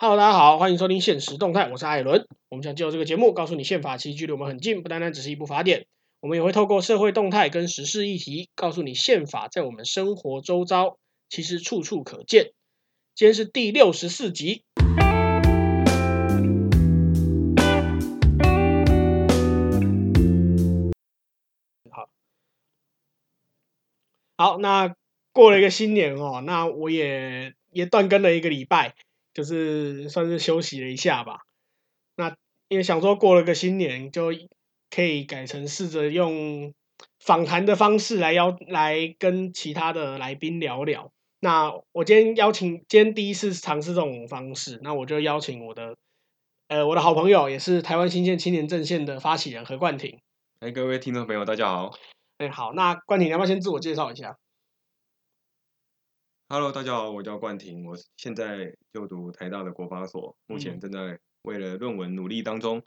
Hello，大家好，欢迎收听现实动态，我是艾伦。我们想借由这个节目，告诉你宪法其实距离我们很近，不单单只是一部法典。我们也会透过社会动态跟时事议题，告诉你宪法在我们生活周遭其实处处可见。今天是第64集。好，那过了一个新年哦，那我也断更了一个礼拜，就是算是休息了一下吧。那因为想说过了个新年，就可以改成试着用访谈的方式来跟其他的来宾聊聊。那我今天第一次尝试这种方式，那我就邀请我的好朋友，也是台湾新县青年阵线的发起人何冠廷。 各位听众朋友，大家好。 好，那冠廷，你要不要先自我介绍一下？ Hello，大家好，我叫冠廷，我现在就读台大的国法所，目前正在为了论文努力当中。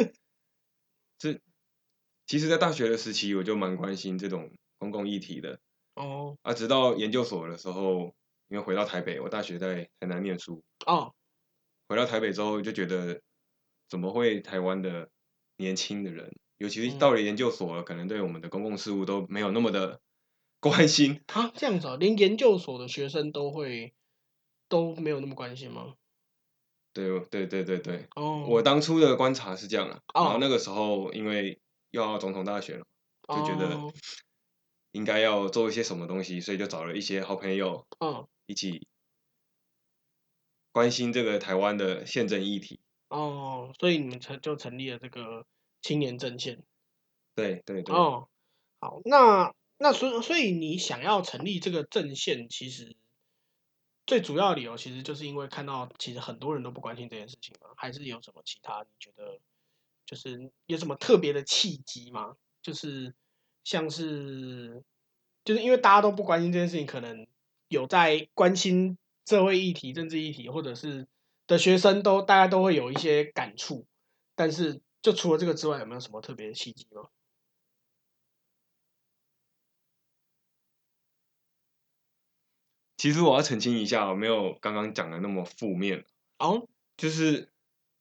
其实，在大学的时期，我就蛮关心这种公共议题的。 哦直到研究所的时候，因为回到台北，我大学在台南念书， 哦， 回到台北之后就觉得，怎么会台湾的年轻的人，尤其是到了研究所了，可能对我们的公共事务都没有那么的关心。 啊，这样子哦，连研究所的学生都没有那么关心吗？ 对对对对对，我哦当初的观察是这样啊，然后哦那个时候因为要总统大选了，就觉得哦应该要做一些什么东西，所以就找了一些好朋友哦一起关心这个台湾的宪政议题。 哦，所以你们就成立了这个青年阵线。 对对对， 哦，好，那所以你想要成立这个阵线，其实最主要的理由其实就是因为看到其实很多人都不关心这件事情吗？还是有什么其他你觉得就是有什么特别的契机吗？就是像是就是因为大家都不关心这件事情，可能有在关心社会议题、政治议题，或者是的学生大家都会有一些感触，但是就除了这个之外，有没有什么特别的契机吗？ 其实我要澄清一下，我没有刚刚讲的那么负面， 哦， 就是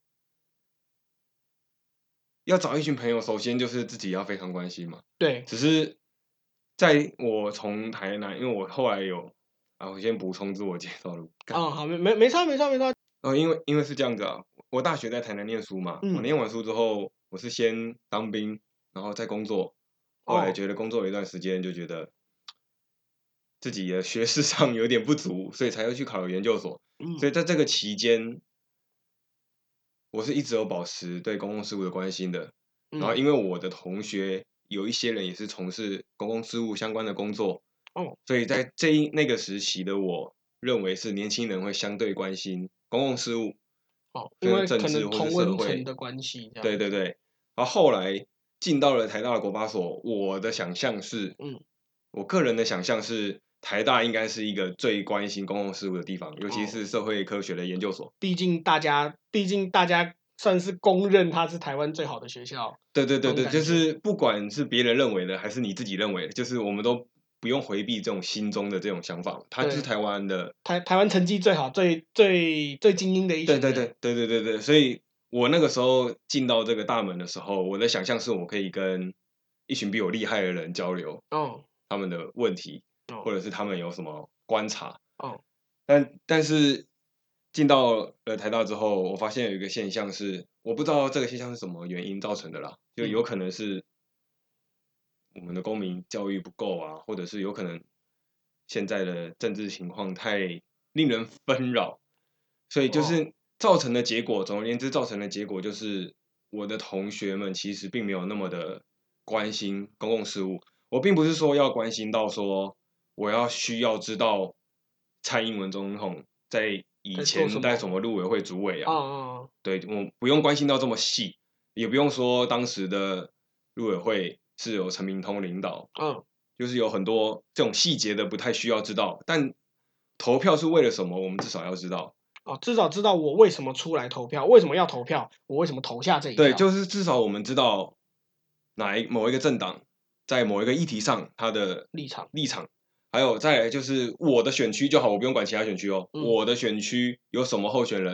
要找一群朋友，首先就是自己要非常关心嘛。 对， 只是在我从台南，因为我后来有我先补充自我介绍了。 哦，好，没差， 因为是这样子啊，我大学在台南念书嘛，我嗯， 念完书之后，我是先当兵，然后再工作，后来哦， 觉得工作了一段时间，就觉得自己的学识上有点不足，所以才会去考研究所。所嗯以在这个期间，我是一直有保持对公共事务的关心的。然后嗯， 因为我的同学有一些人也是从事公共事务相关的工作， 哦所以在那个时期的我认为是年轻人会相对关心公共事务， 哦，因跟为可能政治或是同温层社会。 的关系这样子， 对对对，然后后来进到了台大的国法所，我的想象是， 嗯， 我个人的想象是，台大应该是一个最关心公共事务的地方，尤其哦， 是社会科学的研究所。 毕竟大家算是公认它是台湾最好的学校，这对对对对，就种感觉。 是不管是别人认为的，还是你自己认为的，就是我们都不用回避这种心中的这种想法，它就是对， 台湾的。 台湾成绩最好、最精英的一对群人。 对对对对对对，所以我那个时候进到这个大门的时候，我的想象是我可以跟一群比我厉害的人交流哦他们的问题， 哦或者是他们有什么观察。 哦但是进到了台大之后，我发现有一个现象是，我不知道这个现象是什么原因造成的啦，就嗯有可能是我们的公民教育不够啊，或者是有可能现在的政治情况太令人纷扰，所以就哦是造成的结果，总而言之，造成的结果就是我的同学们其实并没有那么的关心公共事务。我并不是说要关心到说我要需要知道蔡英文总统在以在做什前在么？ 什么陆委会主委哦啊， 哦对，我不用关心到这么细，也不用说当时的陆委会是由陈明通领导， 哦就是有很多这种细节的不太需要知道，但投票是为了什么，我们至少要知道。 哦，至少知道我为什么出来投票，为什么要投票，我为什么投下这一对， 票。 就是至少我们知道某一个政党在某一个议题上他的立场。 立场，还有再来就是我的选区就好，我不用管其他选区哦。 嗯我的选区有什么候选人，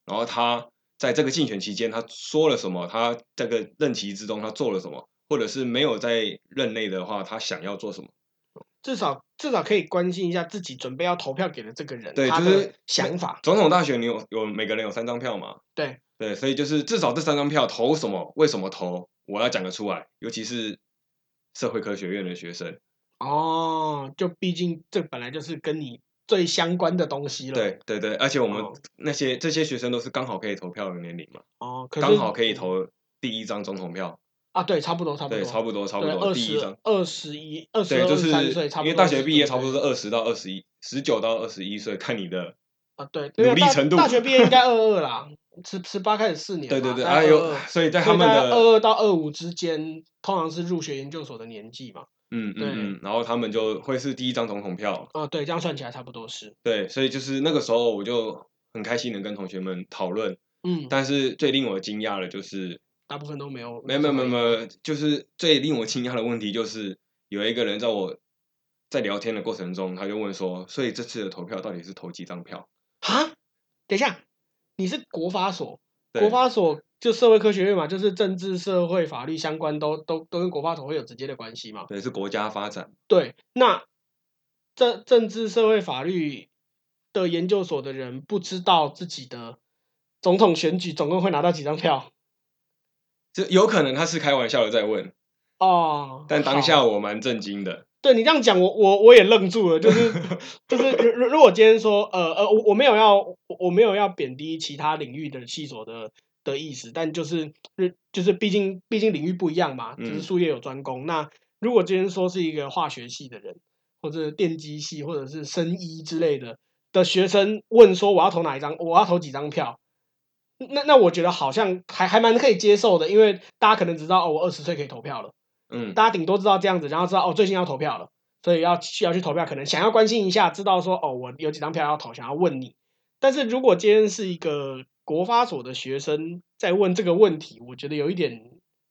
然后他在这个竞选期间他说了什么，他这个任期之中他做了什么，或者是没有在任内的话，他想要做什么。 至少可以关心一下自己准备要投票给的这个人对， 他的就是想法。 总统大选，你每个人有3张票嘛？ 对， 对，所以就是至少这3张票投什么，为什么投，我要讲得出来。尤其是社会科学院的学生， 哦，就毕竟这本来就是跟你最相关的东西了。 对对对，而且我们哦这些学生都是刚好可以投票的年龄嘛， 哦，可是刚好可以投第一张总统票。 对，差不多对，差不多差不对， 多，第一张。 21、22、 对，就 23岁， 是因为差不多是， 大学毕业差不多对是20到21，19到21岁，看你的对，因为努力程度。 大学毕业应该22啦，18开始4年嘛， 对对对， 大概啊有， 22， 所以在他所以大概们的 22到25之间，通常是入学研究所的年纪嘛。对， 然后他们就会是第一张总统票。 对，这样算起来差不多是。 对，所以就是那个时候我就很开心的跟同学们讨论， 嗯， 但是最令我惊讶的就是大部分都没有没有没有没有没什么反应吗？ 有，就是最令我惊讶的问题就是有一个人在聊天的过程中，他就问说，所以这次的投票到底是投几张票？ 哈，等一下，你是国法所，国对法所就社会科学院嘛，就是政治、社会、法律相关都跟国法所会有直接的关系嘛。 对，是国家发展。 对，那政治、社会、法律的研究所的人不知道自己的总统选举总共会拿到几张票就有可能他是开玩笑的在问， 哦。 但当好， 下我蛮震惊的。 对你这样讲，我也愣住了，就是如果今天说我没有要贬低其他领域的系所的意思，但就是毕竟领域不一样嘛，就是嗯， 术业有专攻。那如果今天说是一个化学系的人，或者电机系，或者是生医之类的学生问说我要投哪一张，我要投几张票，那我觉得好像还蛮可以接受的，因为大家可能只知道我20岁可以投票了。 嗯， 大家顶多知道这样子，然后知道最近要投票了，所以要去投票，可能想要关心一下，知道说我有几张票要投，想要问你。但是如果今天是一个国发所的学生在问这个问题，我觉得有一点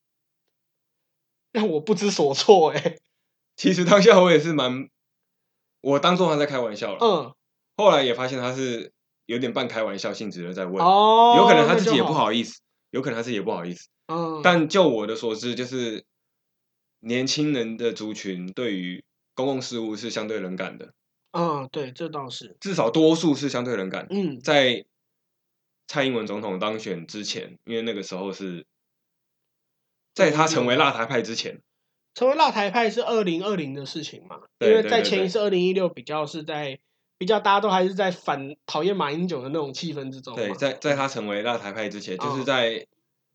让我不知所措其实当下我也是我当做他在开玩笑了， 嗯， 后来也发现他是有点半开玩笑性质的在问，有可能哦， 他自己也不那就好， 好意思，有可能他自己也不好意思。 嗯但就我的所知，就是年轻人的族群对于公共事务是相对冷感的， 对，这倒是， 至少多数是相对冷感。 嗯在蔡英文总统当选之前，因为那个时候是在他成为 2016 辣台派之前。 成为辣台派是2020的事情嘛？因对为对对对在前一次2016比较大家都还是在讨厌马英九的那种气氛之中对， 嘛。 在他成为辣台派之前，就是嗯， 在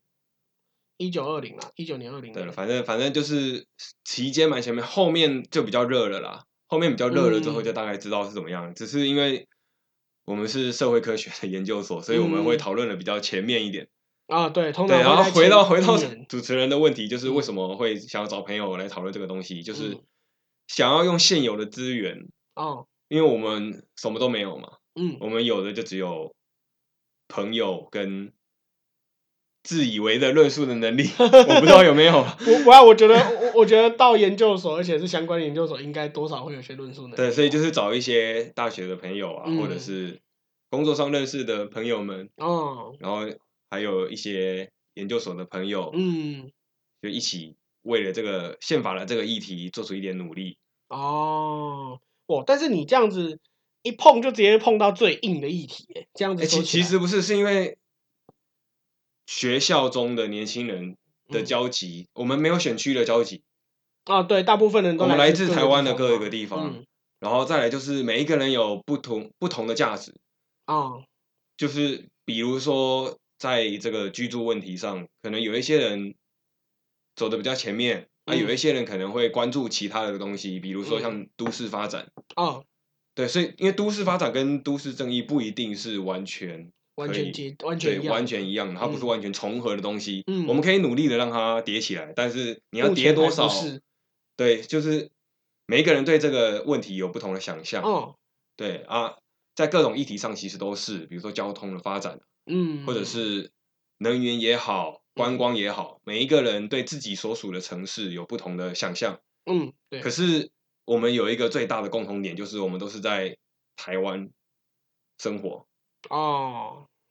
1920啦，19年、20年。 对了，反正就是期间蛮前面，后面就比较热了啦。后面比较热了之后，就嗯大概知道是怎么样。只是因为我们是社会科学的研究所，所以我们会嗯讨论的比较前面一点。 对，通对， 常然后会在前回到一年。 主持人的问题，就是为什嗯么会想要找朋友来讨论这个东西，就是嗯想要用现有的资源， 哦因为我们什么都没有嘛， 嗯， 我们有的就只有朋友跟自以为的论述的能力，我不知道有没有。 我觉得到研究所，而且是相关研究所，应该多少会有些论述能对， 力啦。 所以就是找一些大学的朋友啊，或者嗯是工作上认识的朋友们， 哦然后还有一些研究所的朋友， 嗯就一起为了这个宪法的这个议题做出一点努力。 哦但是你这样子一碰就直接碰到最硬的议题这样子哎， 说起来， 其实不是，是因为学校中的年轻人的嗯交集，我们没有选区的交集， 对，大部分人都我们来来自各个地自台湾的方嘛。 各个地方， 嗯然后再来就是每一个人有不同的价值， 哦就是比如说在这个居住问题上，可能有一些人走的比较前面，有一嗯些人可能会关注其他的东西，比如说嗯像都市发展。 哦， 对，所以因为都市发展跟都市正义不一定是完全可以完全对完一样的。 全一样的，它不是嗯完全重合的东西。我嗯， 们可以努力的让它叠起来，但是你要叠目前还多少？ 不是。 对，就是每一个人对这个问题有不同的想象。 哦对啊，在各种议题上其实都是，比如说交通的发展，或者嗯是能源也好，观嗯光也好，每一个人对自己所属的城市有不同的想象。可对是我们有一个最大的共同点，就是我们都是在台湾生活。 哦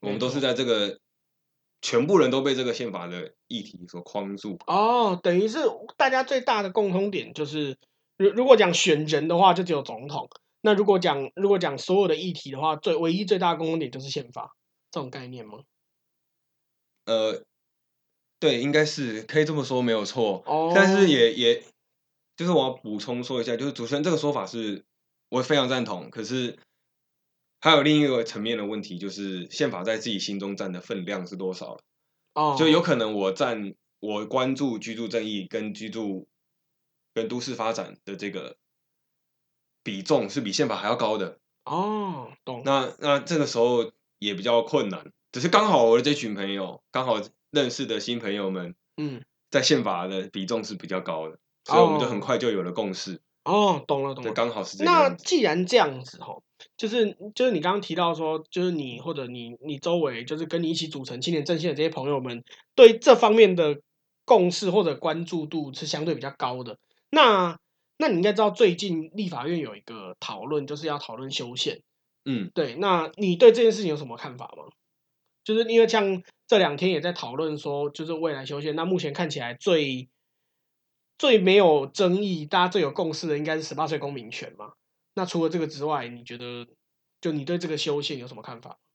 我们都是没错。 在这个全部人都被这个宪法的议题所框住。 哦，等于是大家最大的共通点就是，如果讲选人的话，就只有总统。那如果讲所有的议题的话，唯一最大的共同点就是宪法这种概念吗？ 呃，对，应该是可以这么说，没有错。但是哦， 就是我要补充说一下，就是主持人这个说法是我非常赞同。可是还有另一个层面的问题，就是宪法在自己心中占的分量是多少？就有哦， 可能我关注居住正义跟都市发展的这个比重是比宪法还要高的。 哦，懂， 那这个时候也比较困难，只是刚好我的这群朋友，刚好认识的新朋友们， 嗯， 在宪法的比重是比较高的，所以我们就很哦。 快就有了共识。 哦，懂了懂对， 了。 刚好是这个那样子。 既然这样子哈，就是你刚刚提到说，就是你或者你周围就是跟你一起组成青年阵线的这些朋友们，对这方面的共识或者关注度是相对比较高的。那那你应该知道最近立法院有一个讨论，就是要讨论修宪。 嗯， 对，那你对这件事情有什么看法吗？就是因为像这两天也在讨论说，就是未来修宪，那目前看起来最没有争议、大家最有共识的应该是18岁公民权嘛。那除了这个之外，你觉得就你对这个修宪有什么看法？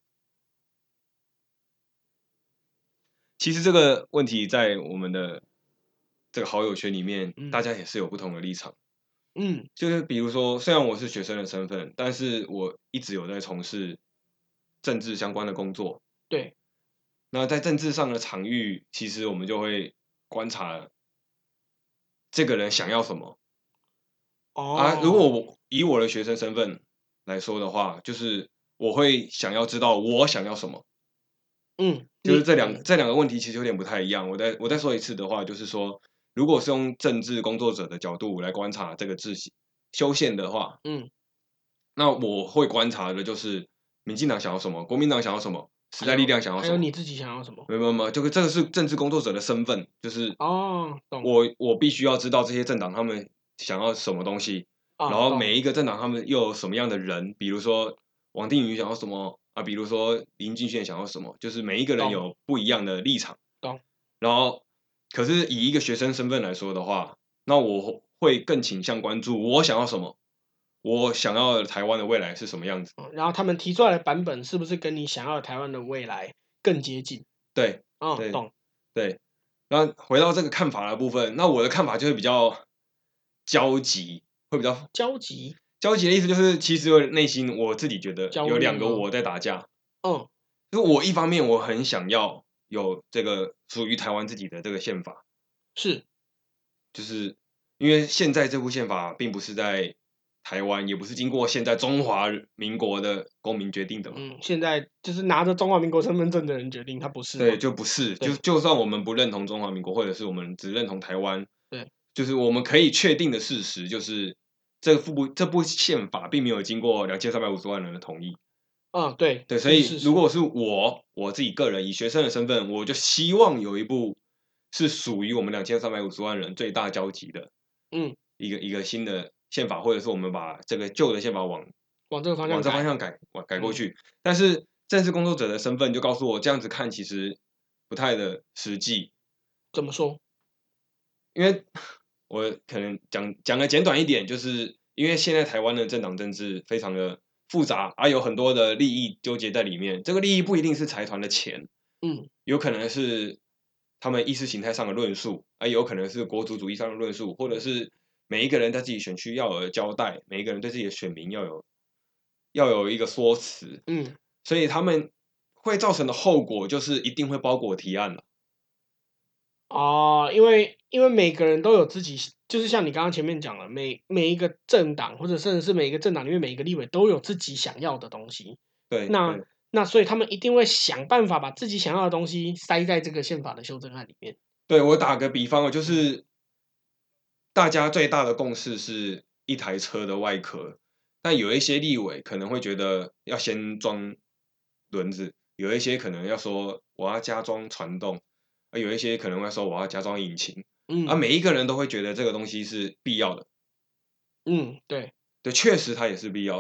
其实这个问题在我们的这个好友圈里面，大嗯家也是有不同的立场。 嗯， 就是比如说，虽然我是学生的身份，但是我一直有在从事政治相关的工作。 对， 那在政治上的场域，其实我们就会观察这个人想要什么啊。如果哦， 我以我的学生身份来说的话，就是我会想要知道我想要什么。 嗯， 就是这两嗯这两个问题其实有点不太一样。我再说一次的话，就是说，如果是用政治工作者的角度来观察这个修宪的话， 嗯， 那我会观察的就是民进党想要什么，国民党想要什么，时代力还有量想要什么。 还有你自己想要什么？ 没有，这个是政治工作者的身份，就是哦，懂我必须要知道这些政党他们想要什么东西，然啊， 后懂每一个政党他们又有什么样的人，比如说王定宇想要什么啊，比如说林俊宪想要什么，就是每一个人懂有不一样的立场。 懂， 然后，可是以一个学生身份来说的话，那我会更倾向关注我想要什么，我想要的台湾的未来是什么样子。 然后他们提出来的版本是不是跟你想要的台湾的未来更接近？ 对嗯， 对懂， 对。那回到这个看法的部分，那我的看法就会比较焦急，会比较焦急、 焦急的意思就是，其实我内心我自己觉得焦有两虑吗？ 个我在打架。 嗯， 就是我一方面我很想要有这个属于台湾自己的这个宪法， 是， 就是因为现在这部宪法并不是在台湾，也不是经过现在中华民国的公民决定的嘛。 嗯，现在就是拿着中华民国身份证的人决定，他不是对， 嘛？ 就不是，就对就算我们不认同中华民国，或者是我们只认同台湾， 对， 就是我们可以确定的事实，就是这部宪法并没有经过2350万人的同意。 嗯，对， 对，所这是事实。 以如果是我自己个人以学生的身份，我就希望有一部是属于我们2350万人最大交集的嗯， 一个新的宪法，或者是我们把这个旧的宪法往这个方向往这方改。 向改过嗯， 去。但是政治工作者的身份就告诉我，这样子看其实不太的实际。 怎么说？ 因为我可能讲的简短一点，就是因为现在台湾的政党政治非常的复杂，有很多的利益纠结在里面。这个利益不一定是财团的钱， 嗯有可能是他们意识形态上的论述，有可能是国族主义上的论述，或者是每一个人在自己选区要有交代，每一个人对自己的选民要有一个说辞。 嗯， 所以他们会造成的后果就是一定会包裹提案了。 哦，因为每个人都有自己，就是像你刚刚前面讲了，每一个政党，或者甚至是每一个政党里面每一个立委都有自己想要的东西。那对对那所以他们一定会想办法把自己想要的东西塞在这个宪法的修正案里面。 对，我打个比方就嗯是大家最大的共识是一台车的外壳，但有一些立委可能会觉得要先装轮子，有一些可能要说我要加装传动，有一些可能会说我要加装引擎， 嗯每一个人都会觉得这个东西是必要的。 嗯，对， 对，确实它也是必要的。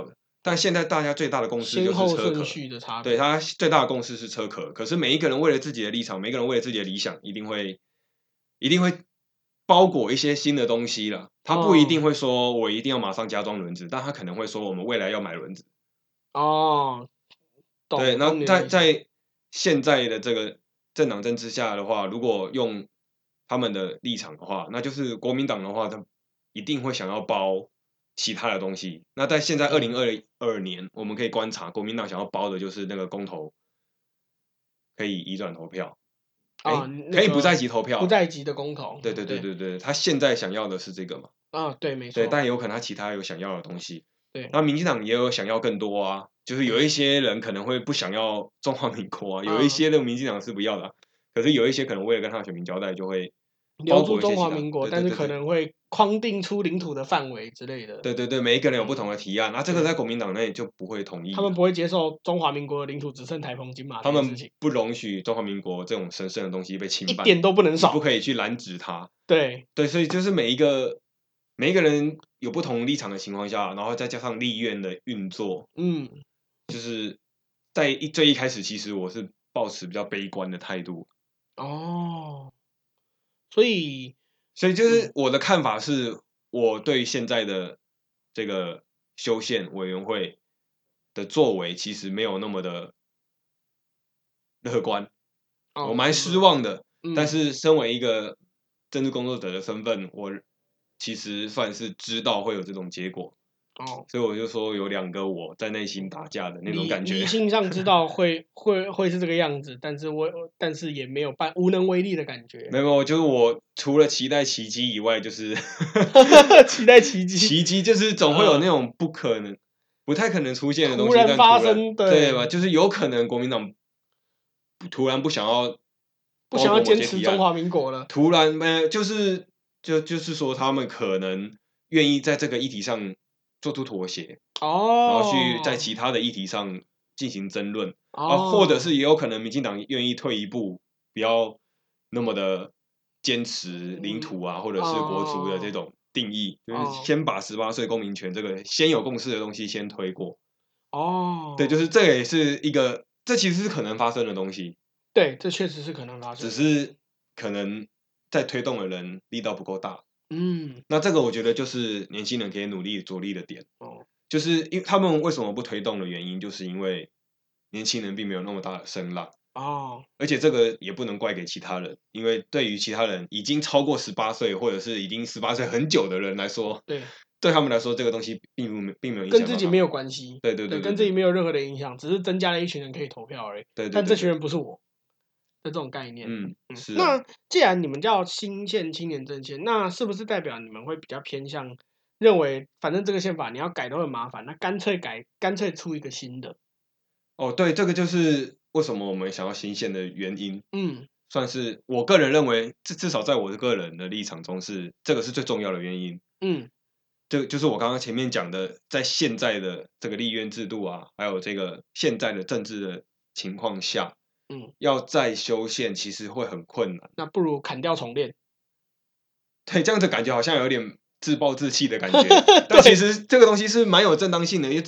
但现在大家最大的共识就先后顺是车壳， 序的差别。 对，他最大的共识是车壳。可是每一个人为了自己的立场，每个人为了自己的理想，一定会包裹一些新的东西了。他不一定会说我一定要马上加装轮子，但他可能会说我们未来要买轮子。 哦， 对，那懂你的意思。 在现在的这个政党政治下的话，如果用他们的立场的话，那就是国民党的话，他一定会想要包其他的东西。那在现在2022年，我们可以观察，国民党想要包的就是那个公投可以移转投票， 啊， 可以不在籍投不票。 在籍的公投。 对对对对。 对对，他现在想要的是这个嘛？ 啊，对，没对， 错。 但有可能他其他有想要的东西。 对。 那民进党也有想要更多啊，就是有一些人可能会不想要中华民国啊，有一些的民进党是不要的啊，可是有一些可能为了跟他的选民交代，就会包留住中裹一些其他。 华民国，但是可对对对对能会框定出领土的范围之类的。 对对对，每一个人有不同的提案，那这个对在国民党内就不会同意了， 他们不会接受中华民国的领土只剩台澎金马他们这件事情， 不容许中华民国这种神圣的东西被侵犯， 一点都不能你不少。 可以去拦止它。 对。 对，所以就是每一个人有不同立场的情况下，然后再加上立院的运作， 嗯。 就是在最一开始，其实我是抱持比较悲观的态度， 哦，所以。 所以就是我的看法是，我对现在的这个修宪委员会的作为，其实没有那么的乐观，我哦， 蛮怎么？ 失望的。但嗯。 是身为一个政治工作者的身份，我其实算是知道会有这种结果， 哦， 所以我就说有两个我在内心打架的那种感觉。 理性上知道会是这个样子，但是也没有无能为力的感觉。 没有，就是我除了期待奇迹以外，就是期待奇迹。 奇迹，就是总会有那种不可能、不太可能出现的东西， 突然但突然， 发生。对。 对吧？就是有可能国民党突然不想要不想要包裹某坚持中些提案， 华民国了。 突然就是说他们可能愿意在这个议题上做出妥协，然后去在哦。 其他的议题上进行争论啊，或者是哦。 也有可能民进党愿意退一步，不要那么的坚持领土啊，或者是国族的这哦。 种定义，就是哦。 先把18岁公民权这个先有共识的东西先推过。对，就哦。 是这也是一个，这其实是可能发生的东西， 对，这确实是可能发生的。 只是可能在推动的人力道不够大。 嗯。 那这个我觉得就是年轻人可以努力着力的点。 哦。 就是因为他们为什么不推动的原因，就是因为年轻人并没有那么大的声浪， 哦。 而且这个也不能怪给其他人，因为对于其他人已经超过18岁或者是已经18岁很久的人来说， 对， 对他们来说这个东西并没有影响到他们。 跟自己没有关系。 对对对对， 对对跟自己没有任何的影响，只是增加了一群人可以投票而已。 对对但这群对对， 人不是我的这种概念。 是啊， 那既然你们叫新宪青年阵线，那是不是代表你们会比较偏向认为，反正这个宪法你要改都很麻烦，那干脆改，干脆出一个新的。 哦对，这个就是为什么我们想要新宪的原因。 嗯。 算是我个人认为，至少在我的个人的立场中这个是最重要的原因。 嗯。 这就是我刚刚前面讲的，在现在的这个立院制度啊，还有这个现在的政治的情况下， 嗯。 要再修宪其实会很困难。 那不如砍掉重练。 对，这样子感觉好像有点自暴自弃的感觉，但其对。 实这个东西是蛮有正当性的，因为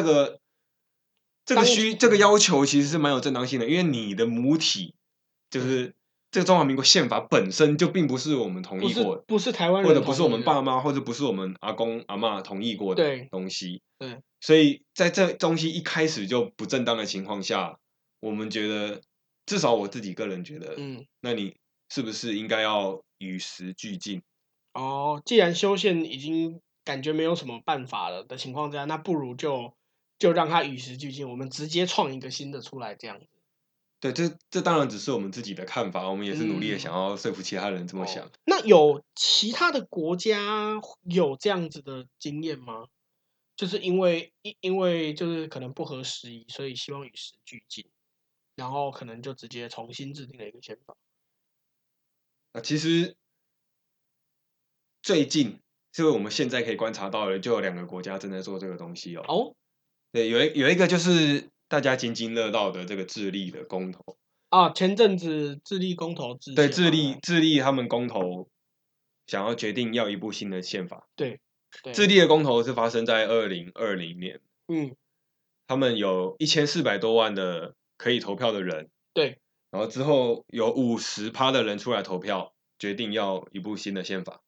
这个要求其实是蛮有正当性的，因为你的母体就是这个中华民国宪法本身就并不是我们同意过的， 不是台湾或人者不是我们同意的。 爸妈，或者不是我们阿公阿嬷同意过的对。 东西。 对。 所以在这东西一开始就不正当的情况下，我们觉得，至少我自己个人觉得， 嗯。 那你是不是应该要与时俱进？ 哦，既然修宪已经感觉没有什么办法了的情况之下，那不如就让它与时俱进，我们直接创一个新的出来，这样子。 对，这当然只是我们自己的看法，我们也是努力的想嗯。 要说服其他人这么哦， 想。 那有其他的国家有这样子的经验吗？就是因为就是可能不合时宜，所以希望与时俱进，然后可能就直接重新制定了一个宪法。 其实最近，就是我们现在可以观察到的，就有2个国家正在做这个东西哦。 哦。 对，有一个就是大家津津乐道的这个智利的公投。 啊，前阵子智利公投制对， 宪嘛。 智利他们公投想要决定要一部新的宪法。 对。对。 智利的公投是发生在2020年， 嗯。 他们有1400多万的可以投票的人， 对， 然后之后有50%的人出来投票，决定要一部新的宪法。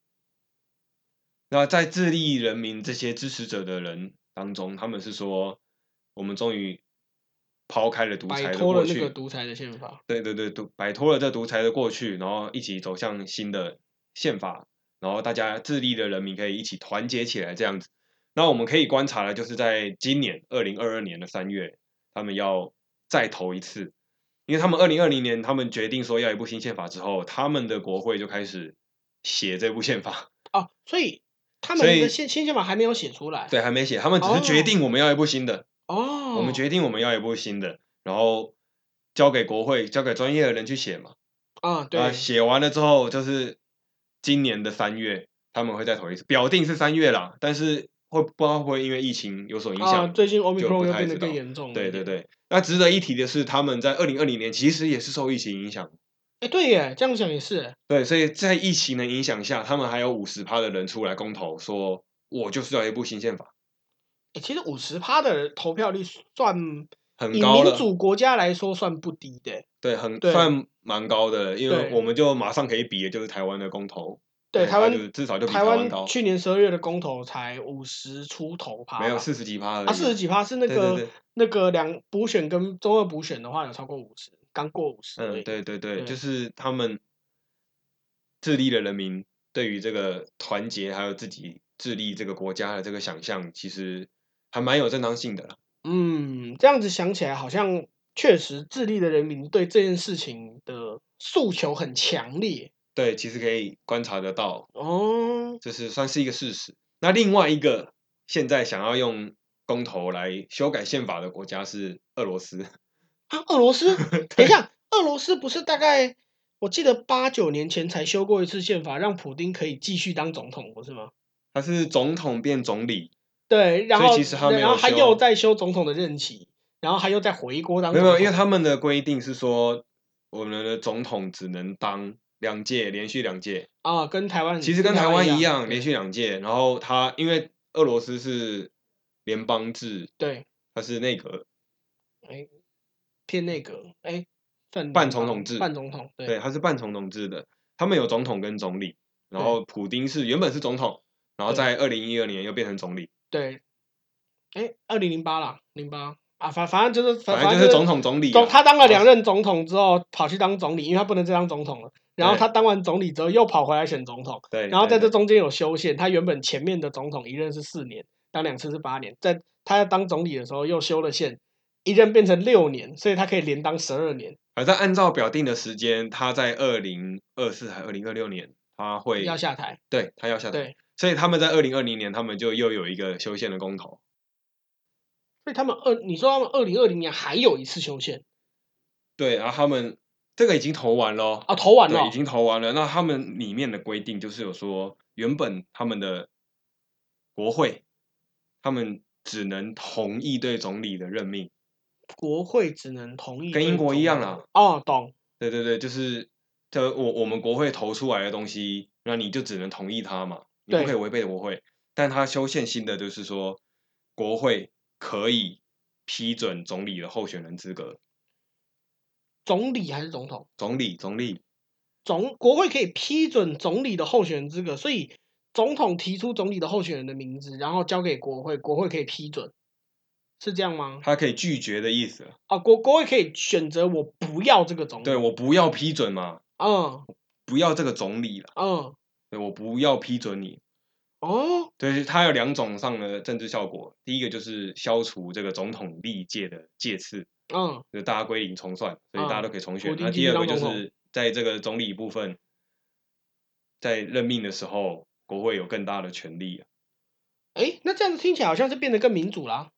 那在智利人民这些支持者的人当中，他们是说，我们终于抛开了独摆裁的脱了那个过去， 独裁的宪法。 对，摆脱了这独裁的过去，然后一起走向新的宪法，然后大家智利的人民可以一起团结起来这样子。那我们可以观察的就是在今年2022年的3月，他们要再投一次，因为他们2020年他们决定说要一部新宪法之后，他们的国会就开始写这部宪法， 哦，所以他所以们的新宪法还没有写出来。 对还没写，他们只是决哦定我们要一部新的，我们哦决定我们要一部新的，然后交给国会，交给专业的人去写嘛。 啊， 那对写完了之后，就是今年的3月，他们会再投一次，表定是3月啦，但是不知道会不会因为疫情有所影啊， 响， 最近就 Omicron 不又变得更太知道。 严重了一点。 对对对，那值得一提的是，他们在2020年其实也是受疫情影响， 哎，对耶，这样想也是耶。 对，所以在疫情的影响下，他们还有50%的人出来公投，说我就是要一部新宪法， 哎，其实50%的投票率算以很高了。 民主国家来说算不低的。 对， 对算蛮高的，因为对我们就马上可以比的就是台湾的公投， 对， 对，它就至少就比台台湾高， 湾去年12月的公投才50出头没有趴吧？ 40几趴而啊， 已啊。 40几趴是那个对对对， 补选跟中二补选的话有超过50，刚过50而已。 对对对，就对， 是他们智利的人民对于这个团结，还有自己智利这个国家的这个想象，其实还蛮有正当性的啦。 嗯，这样子想起来，好像确实智利的人民对这件事情的诉求很强烈。 对，其实可以观察得到， 哦， 就是算是一个事实。那另外一个现在想要用公投来修改宪法的国家是俄罗斯。 啊，俄罗斯？ 对， 等一下，俄罗斯不是大概我记得8、9年前才修过一次宪法，让普丁可以继续当总统，不是吗？ 他是总统变总理， 对，然所以后其实他没有他又修， 在修总统的任期，然后他又再回国当没有，因为总统。 他们的规定是说，我们的总统只能当2届，连续2届。 啊，跟其实跟台台湾一样。 湾一样，连对续2届。然后他因为俄罗斯是联邦制， 对， 它是内阁哎，偏内阁，哎，算半联邦总统制， 半总统。对对，它是半总统制的。他们有总统跟总理，然对后普丁是原本是总统，然后对在2012年又变成总理， 对，哎，2008啦，08啊，反正就是反正反正就是就是总统总理啦。 他当了然后 2任总统之后，跑去当总理，因为他不能再当总统了。然后他对当完总理之后，又跑回来选总统。然后对对对， 在这中间有修宪，他原本前面的总统一任是4年，当2次是8年，在他要当总理的时候又修了宪，一任变成6年，所以他可以连当12年， 反正按照表定的时间，他在2024还2026年，他会， 要下台。 对，他要下台， 对， 所以他们在2020年，他们就又有一个修宪的公投。 所以你说他们2020年还有一次修宪对，然后他们这个已经投完咯， 啊，投完了对，已哦。 经投完了。那他们里面的规定就是有说，原本他们的国会，他们只能同意对总理的任命， 国会只能同意对跟英国一总理的。 样啦。 哦，懂。 对对对，就是我们国会投出来的东西，那你就只能同意它嘛，你不可以对， 违背国会。但他修宪新的就是说，国会可以批准总理的候选人资格， 总理还是总统？ 总理， 国会可以批准总理的候选人资格，所以总统提出总理的候选人的名字，然后交给国会，国会可以批准，是这样吗？ 他可以拒绝的意思。 啊，国会可以选择我不要这个总对， 理。 我不要批准嘛， 嗯不要这个总理了， 嗯， 对，我不要批准你。 哦对，它有2种上的政治效果，第一个就是消除这个总统历届的届次， 嗯就是大家归零重算，所以大家都可以重选。 普丁继续那第二个当总统。 就是在这个总理部分，在任命的时候，国会有更大的权利啊。 哎，那这样子听起来好像是变得更民主啦。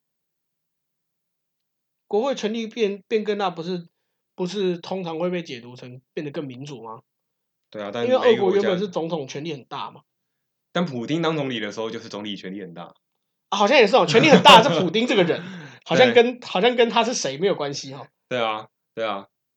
国会权力变更大，不是通常会被解读成变得更民主吗？ 对啊，但因为俄每一个国家， 国原本是总统权力很大嘛。 但普丁当总理的时候，就是总理权力很大。 啊，好像也是哦，权力很大的是普丁这个人，好像对跟他是谁没有关系哦。 对啊，对啊。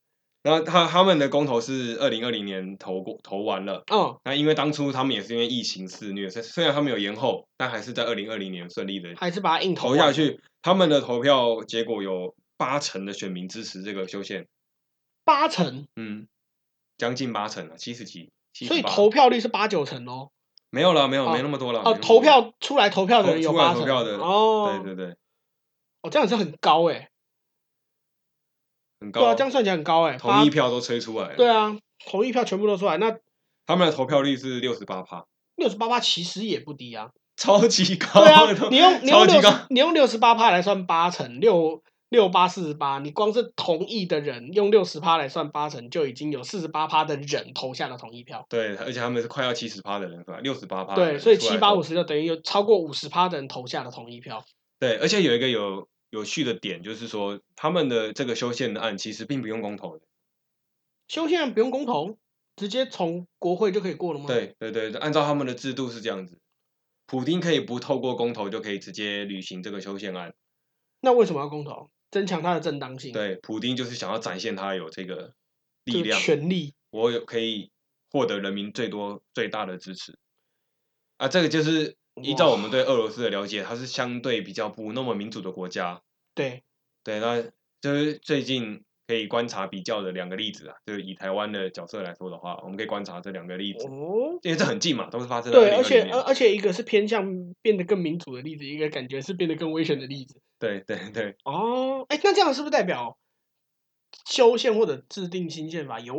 然后他们的公投是2020年投完了，那因为当初他们也是因为疫情肆虐，虽然他们有延后，但还是在2020年顺利的还是把它硬投下去。他们的投票结果有80%的选民支持这个修宪 ，80%， 将近80%啊，70几所以 78， 投票率是8、9成哦。 没有了，没那么多了， 投票出来投票的人有出来 8成投票的， 哦， 对， 这样是很高哎， 很对啊，这高， 样算起来很高哎， 同意票都吹出来了， 对啊，同意票全部都出来，那他们的投票率是68%， 68%其实也不低啊， 超级高， 对啊，你用超级高， 68%来算8成，68、48，你光是同意的人用60%来算8成，就已经有48%的人投下了同意票。 对，而且他们是快要70%的人出来，68%的对， 人所以出来投 78、50就等于有超过50%的人投下了同意票。 对，而且有一个有趣的点，就是说他们的这个修宪的案其实并不用公投的。 修宪案不用公投，直接从国会就可以过了吗？ 对，按照他们的制度是这样子，普丁可以不透过公投就可以直接履行这个修宪案。 那为什么要公投？增强它的正当性。 对，普丁就是想要展现他有这个这个力量， 权力， 我可以获得人民最大的支持。啊，这个就是依照我们对俄罗斯的了解，它是相对比较不那么民主的国家。 对， 那就是最近可以观察比较的2个例子啊，就是以台湾的角色来说的话，我们可以观察这2个例子，因为这很近嘛，都是发生在对，而 2020年。 而且一个是偏向变得更民主的例子，一个感觉是变得更危险的例子。 对。 哦，那这样是不是代表修宪或者制定新宪法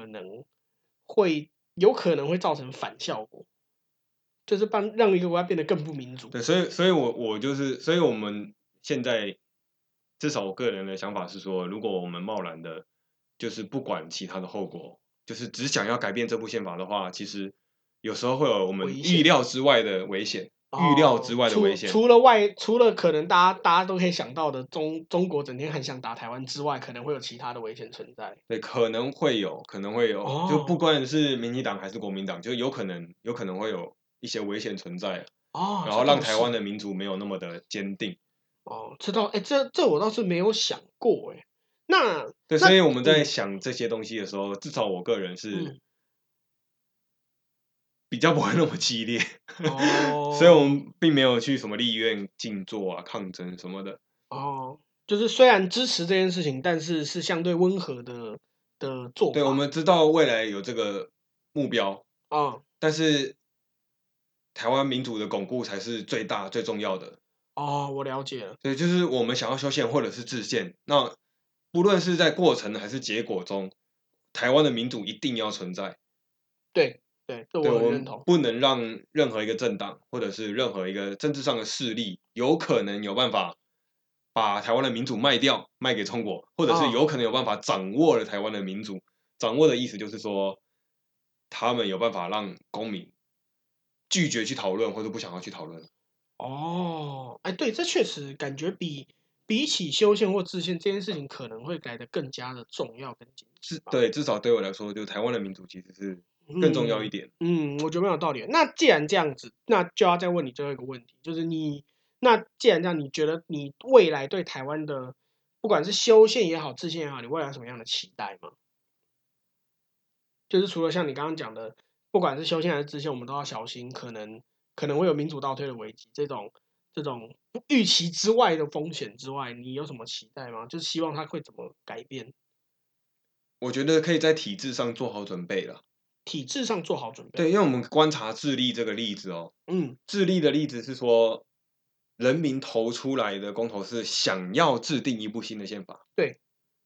有可能会造成反效果？就是让一个国家变得更不民主。 对，所以我就是，所以我们现在至少我个人的想法是说，如果我们贸然的，就是不管其他的后果，就是只想要改变这部宪法的话，其实有时候会有我们预料之外的危险，预料之外的危险。 除了可能大家都可以想到的中国整天很想打台湾之外，可能会有其他的危险存在。 对，可能会有，就不管是民进党还是国民党，就有可能会有一些危险存在。然后让台湾的民主没有那么的坚定。 这我倒是没有想过哎。 对，所以我们在想这些东西的时候，至少我个人是比较不会那么激烈，所以我们并没有去什么立院静坐啊、抗争什么的。 就是虽然支持这件事情，但是是相对温和的做法。 对，我们知道未来有这个目标但是台湾民主的巩固才是最大最重要的。 我了解了。 对，就是我们想要修宪或者是制宪，那不论是在过程还是结果中，台湾的民主一定要存在。 对，这我很认同。 不能让任何一个政党或者是任何一个政治上的势力有可能有办法把台湾的民主卖掉，卖给中国，或者是有可能有办法掌握了台湾的民主。掌握的意思就是说，他们有办法让公民拒绝去讨论，或者不想要去讨论。 对，这确实感觉比起修宪或制宪这件事情，可能会来得更加的重要跟紧急。 对，至少对我来说，就台湾的民主其实是更重要一点。 我觉得蛮有道理的。那既然这样子，那就要再问你最后一个问题，就是那既然这样，你觉得你未来对台湾的不管是修宪也好、制宪也好，你未来有什么样的期待吗？就是除了像你刚刚讲的，不管是修宪还是制宪，我们都要小心，可能会有民主倒退的危机，这种预期之外的风险之外，你有什么期待吗？就是希望它会怎么改变？ 我觉得可以在体制上做好准备了。 体制上做好准备。 对，因为我们观察智利这个例子哦，智利的例子是说，人民投出来的公投是想要制定一部新的宪法。 对。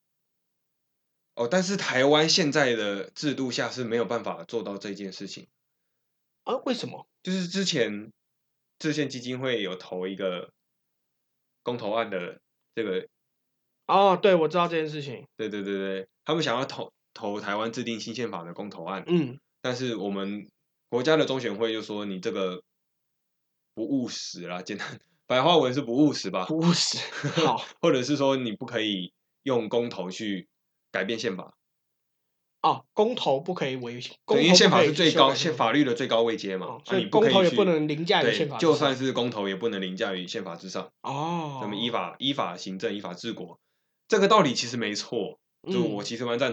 但是台湾现在的制度下是没有办法做到这件事情。 为什么？ 就是之前制宪基金会有投一个公投案的这个。 对，我知道这件事情。 对，他们想要投台湾制定新宪法的公投案。但是我们国家的中选会就说你这个不务实啦，简单白话文是不务实吧？ 不务实。好。 或者是说你不可以用公投去改变宪法。 公投不可以违， 对，因为宪法是法律的最高位阶嘛， 所以公投也不能凌驾于宪法之上。 就算是公投也不能凌驾于宪法之上。咱们依法行政，依法治国，这个道理其实没错，就我其实蛮赞同。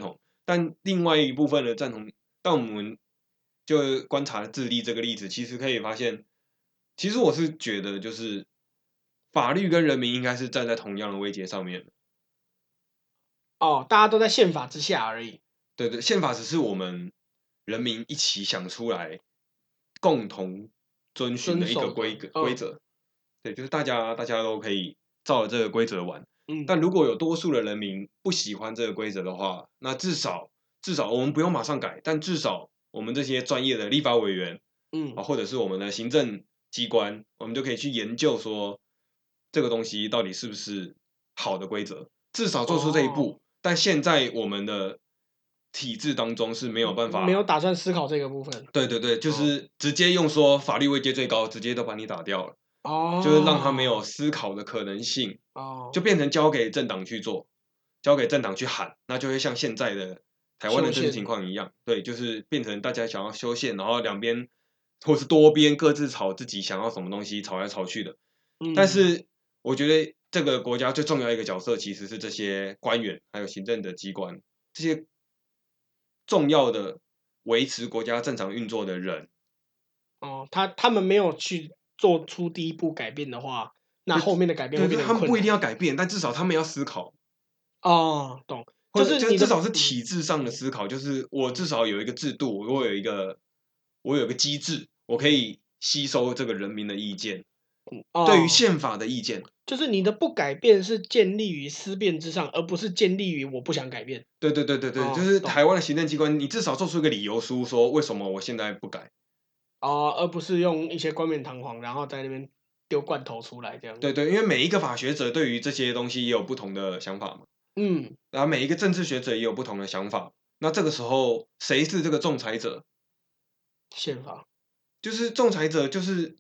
但另外一部分的赞同，但我们就观察智利这个例子，其实可以发现，其实我是觉得就是法律跟人民应该是站在同样的位阶上面的。 哦，大家都在宪法之下而已。 对对，宪法只是我们人民一起想出来，共同遵循的一个遵守的， 规则。对，就是大家都可以照着这个规则玩。 嗯但如果有多数的人民不喜欢这个规则的话，那至少我们不用马上改，但至少我们这些专业的立法委员嗯， 或者是我们的行政机关，我们就可以去研究说这个东西到底是不是好的规则，至少做出这一哦， 步。但现在我们的体制当中是没有办法， 没有打算思考这个部分。 对对对，就哦是直接用说法律位阶最高，直接都把你打掉了。就是让他没有哦思考的可能性，就哦， 变成交给政党去做，交给政党去喊，那就会像现在的台湾的政治修宪， 情况一样，对，就是变成大家想要修宪，然后两边或是多边各自吵自己想要什么东西，吵来吵去的。但嗯， 是我觉得这个国家最重要一个角色其实是这些官员还有行政的机关，这些重要的维持国家正常运作的人， 哦，他们没有去做出第一步改变的话，那就后面的改变会对，就变得他们不一定很困难。 要改变，但至少他们要思考。 哦，懂， 或者就是你的， 就至少是体制上的嗯思考，就是我嗯至少有一个制度，我有一个机制，我可嗯以吸收这个人民的意见，对于哦， 宪法的意见。 就是你的不改变是建立于思辨之上，而不是建立于我不想改变。 对对对对对，就哦，懂。 是台湾的行政机关，你至少做出一个理由书，说为什么我现在不改。 哦，而不是用一些冠冕堂皇，然后在那边丢罐头出来这样。 对对，因为每一个法学者对于这些东西也有不同的想法嘛， 嗯， 然后每一个政治学者也有不同的想法。那这个时候谁是这个仲裁者？ 宪法。 就是仲裁者，就是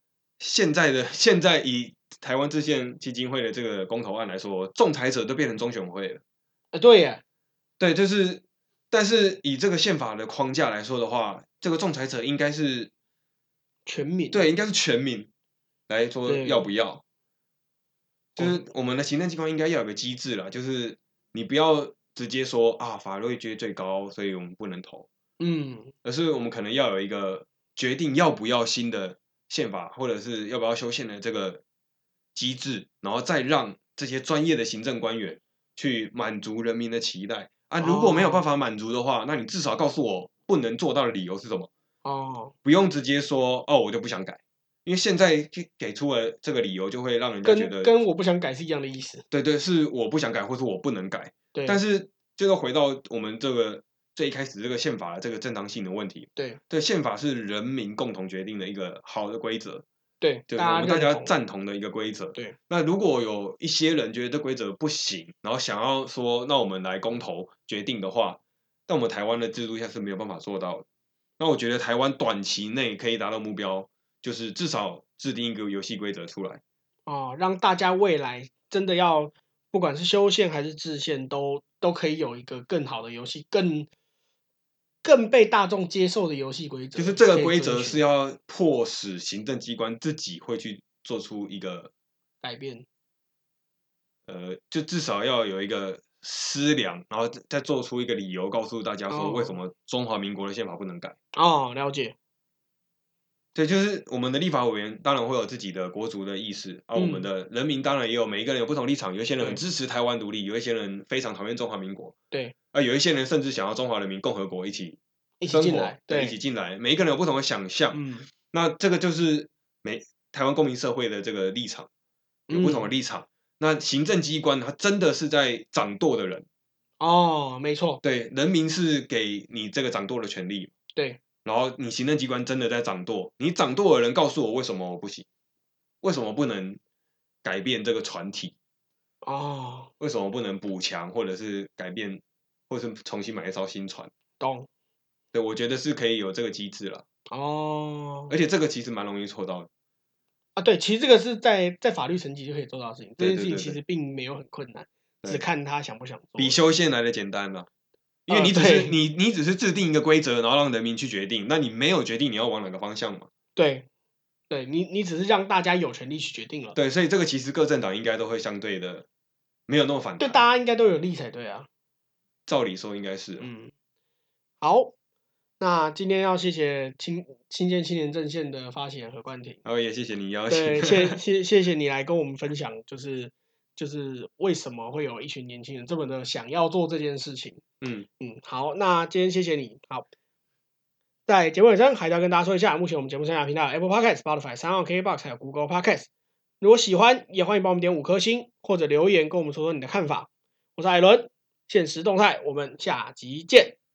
现在以台湾制宪基金会的这个公投案来说，仲裁者都变成中选会了。 对耶， 对，就是，但是以这个宪法的框架来说的话，这个仲裁者应该是全民。 对，应该是全民来说要对， 不要。就哦， 是我们的行政机关应该要有个机制啦，就是你不要直接说啊法律阶最高，所以我们不能投。 嗯， 而是我们可能要有一个决定要不要新的宪法，或者是要不要修宪的这个机制，然后再让这些专业的行政官员去满足人民的期待啊。如果没有办哦， 法满足的话，那你至少告诉我不能做到的理由是什么， 哦， 不用直接说哦我就不想改，因为现在给出了这个理由，就会让人家觉得跟我不想改是一样的意思。 对对，是我不想改，或是我不能改。但对是就是回到我们这个最一开始这个宪法的这个正当性的问题， 对对，宪法是人民共同决定的一个好的规则， 对， 就是我大家们大家认同。 赞同的一个规则。 对， 那如果有一些人觉得这规则不行，然后想要说，那我们来公投决定的话，但我们台湾的制度下是没有办法做到的。那我觉得台湾短期内可以达到目标，就是至少制定一个游戏规则出来。 哦，让大家未来真的要不管是修宪还是制宪，都可以有一个更好的游戏，更被大众接受的游戏规就是则可以这个规遵循则是要迫使行政机关自己会去做出一个改变。 就至少要有一个思量，然后再做出一个理由，告诉大家说为什哦么中华民国的宪法不能改。 哦，了解。 对，就是我们的立法委员当然会有自己的国族的意识，而我们嗯， 的人民当然也有每一个人有不同立场，有一些人很对支持台湾独立，有一些人非常讨厌中华民国， 对， 有一些人甚至想要中华人民共和国一起一起生活， 进来。 对，一起对， 进来，每一个人有不同的想象。 嗯那这个就是台湾公民社会的这个立场，有不同的嗯， 立场。那行政机关他真的是在掌舵的人， 哦，没错， 对，人民是给你这个掌舵的权利， 对， 然后你行政机关真的在掌舵，你掌舵的人告诉我为什么我不行，为什么不能改变这个船体， 哦， 为什么不能补强，或者是改变，或者是重新买一艘新船？ 懂。 对，我觉得是可以有这个机制了， 哦， 而且这个其实蛮容易做到的。 啊，对，其实这个是在法律层级就可以做到的事情，这件事情其对对对对实并没有很困难，只对， 看他想不想比做而已。 修宪来的简单了。因为对你只是制定一个规则，然后让人民去决定，那你没有决定你要往哪个方向嘛？ 对对，你只是让大家有权利去决定了， 对，所以这个其实各政党应该都会相对的没有那么反对，大弹。 家应该都有利才对啊。 照理说应该是。 好，那今天要谢谢新建青年阵线的发起人何冠廷。 然后也谢谢你邀请。 对，谢谢你来跟我们分享，就是为什么会有一群年轻人这么的想要做这件事情。好，那今天谢谢你。好，在节目尾声还是要跟大家说一下，目前我们节目上架平台有 Apple Podcast、Spotify、SoundOn、KKBox 还有 Google Podcast。如果喜欢，也欢迎帮我们点5颗星或者留言跟我们说说你的看法。我是艾伦，现实动态，我们下集见。